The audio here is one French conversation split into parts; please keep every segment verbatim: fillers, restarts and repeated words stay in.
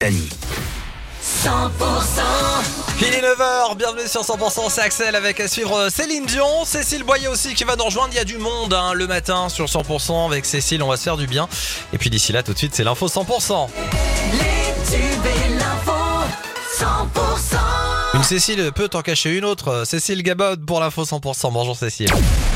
Mélanie. cent pour cent. Il est neuf heures, bienvenue sur cent pour cent, c'est Axel avec à suivre Céline Dion, Cécile Boyer aussi qui va nous rejoindre, il y a du monde hein, le matin sur cent pour cent avec Cécile, on va se faire du bien. Et puis d'ici là tout de suite c'est l'info cent pour cent. Les tubes et l'info cent pour cent. Une Cécile peut en cacher une autre, Cécile Gabod pour l'info cent pour cent, bonjour Cécile.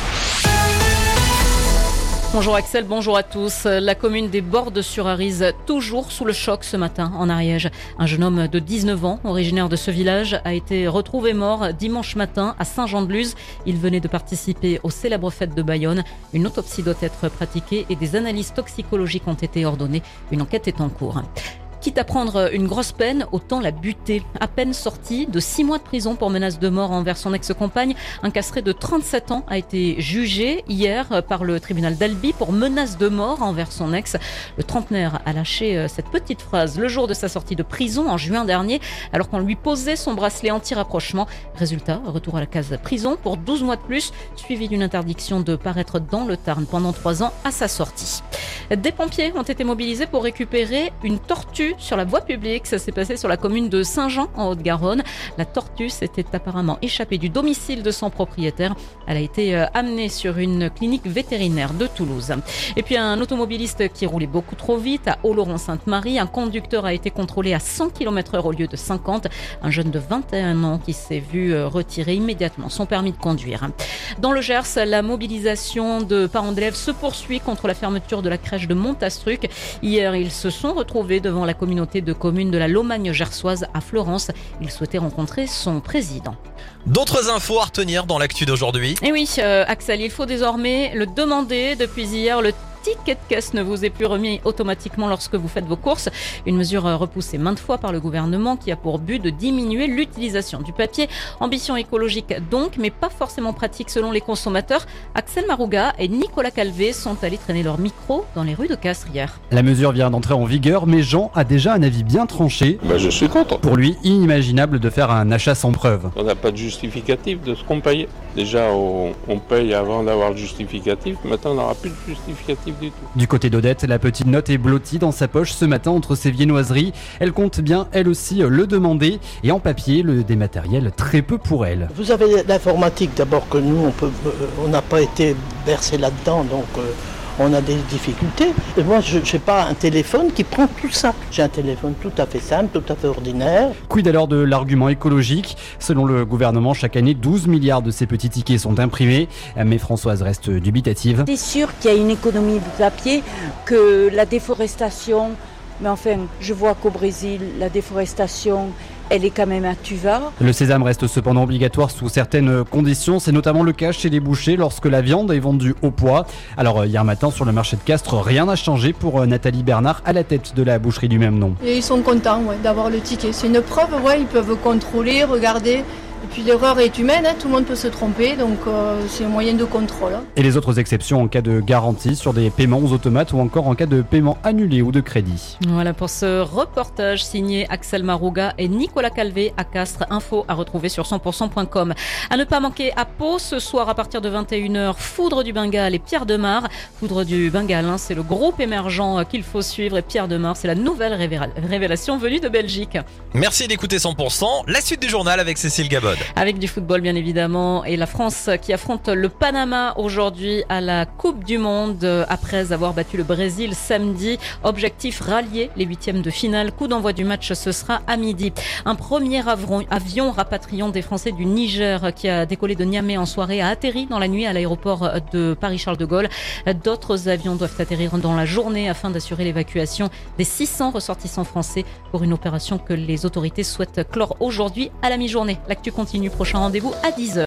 Bonjour Axel, bonjour à tous. La commune des Bordes-sur-Arize, toujours sous le choc ce matin en Ariège. Un jeune homme de dix-neuf ans, originaire de ce village, a été retrouvé mort dimanche matin à Saint-Jean-de-Luz. Il venait de participer aux célèbres fêtes de Bayonne. Une autopsie doit être pratiquée et des analyses toxicologiques ont été ordonnées. Une enquête est en cours. Quitte à prendre une grosse peine, autant la buter. À peine sorti de six mois de prison pour menace de mort envers son ex-compagne, un castré de trente-sept ans a été jugé hier par le tribunal d'Albi pour menace de mort envers son ex. Le trentenaire a lâché cette petite phrase le jour de sa sortie de prison en juin dernier, alors qu'on lui posait son bracelet anti-rapprochement. Résultat, retour à la case prison pour douze mois de plus, suivi d'une interdiction de paraître dans le Tarn pendant trois ans à sa sortie. Des pompiers ont été mobilisés pour récupérer une tortue sur la voie publique. Ça s'est passé sur la commune de Saint-Jean en Haute-Garonne. La tortue s'était apparemment échappée du domicile de son propriétaire. Elle a été amenée sur une clinique vétérinaire de Toulouse. Et puis un automobiliste qui roulait beaucoup trop vite à Oloron-Sainte-Marie. Un conducteur a été contrôlé à cent kilomètres heure au lieu de cinquante. Un jeune de vingt et un ans qui s'est vu retirer immédiatement son permis de conduire. Dans le Gers, la mobilisation de parents d'élèves se poursuit contre la fermeture de la crèche de Montastruc. Hier, ils se sont retrouvés devant la communauté de communes de la Lomagne gersoise à Florence. Ils souhaitaient rencontrer son président. D'autres infos à retenir dans l'actu d'aujourd'hui. Et oui, euh, Axel, il faut désormais le demander. Depuis hier, le ticket de caisse ne vous est plus remis automatiquement lorsque vous faites vos courses. Une mesure repoussée maintes fois par le gouvernement qui a pour but de diminuer l'utilisation du papier. Ambition écologique donc, mais pas forcément pratique selon les consommateurs. Axel Marouga et Nicolas Calvé sont allés traîner leur micro dans les rues de Castres hier. La mesure vient d'entrer en vigueur, mais Jean a déjà un avis bien tranché. Ben, je suis content. Pour lui, inimaginable de faire un achat sans preuve. On n'a pas de justificatif de ce qu'on paye. Déjà, on, on paye avant d'avoir le justificatif. Maintenant, on n'aura plus de justificatif du tout. Du côté d'Odette, la petite note est blottie dans sa poche ce matin entre ses viennoiseries. Elle compte bien, elle aussi, le demander. Et en papier, le dématériel, très peu pour elle. Vous avez l'informatique d'abord que nous, on peut, on n'a pas été versé là-dedans, donc euh, on a des difficultés. Et moi, je n'ai pas un téléphone qui prend tout ça. J'ai un téléphone tout à fait simple, tout à fait ordinaire. Quid alors de l'argument écologique ? Selon le gouvernement, chaque année, douze milliards de ces petits tickets sont imprimés. Mais Françoise reste dubitative. C'est sûr qu'il y a une économie de papier, que la déforestation... Mais enfin, je vois qu'au Brésil, la déforestation... elle est quand même à tu-vas. Le sésame reste cependant obligatoire sous certaines conditions. C'est notamment le cas chez les bouchers lorsque la viande est vendue au poids. Alors hier matin sur le marché de Castres, rien n'a changé pour Nathalie Bernard à la tête de la boucherie du même nom. Et ils sont contents ouais, d'avoir le ticket. C'est une preuve, ouais, ils peuvent contrôler, regarder. Et puis l'erreur est humaine, hein, tout le monde peut se tromper, donc euh, c'est un moyen de contrôle. Hein. Et les autres exceptions en cas de garantie sur des paiements aux automates ou encore en cas de paiement annulé ou de crédit. Voilà pour ce reportage signé Axel Marouga et Nicolas Calvé à Castres. Info à retrouver sur cent pour cent point com. À ne pas manquer à Pau ce soir à partir de vingt et une heures, Foudre du Bengale et Pierre Demar. Foudre du Bengale, hein, c'est le groupe émergent qu'il faut suivre et Pierre Demar, c'est la nouvelle révéla- révélation venue de Belgique. Merci d'écouter cent pour cent. La suite du journal avec Cécile Gabod. Avec du football bien évidemment et la France qui affronte le Panama aujourd'hui à la Coupe du Monde après avoir battu le Brésil samedi. Objectif rallier les huitièmes de finale. Coup d'envoi du match, ce sera à midi. Un premier avion rapatriant des Français du Niger qui a décollé de Niamey en soirée a atterri dans la nuit à l'aéroport de Paris-Charles de Gaulle. D'autres avions doivent atterrir dans la journée afin d'assurer l'évacuation des six cents ressortissants français pour une opération que les autorités souhaitent clore aujourd'hui à la mi-journée. L'actu continue. Prochain rendez-vous à dix heures.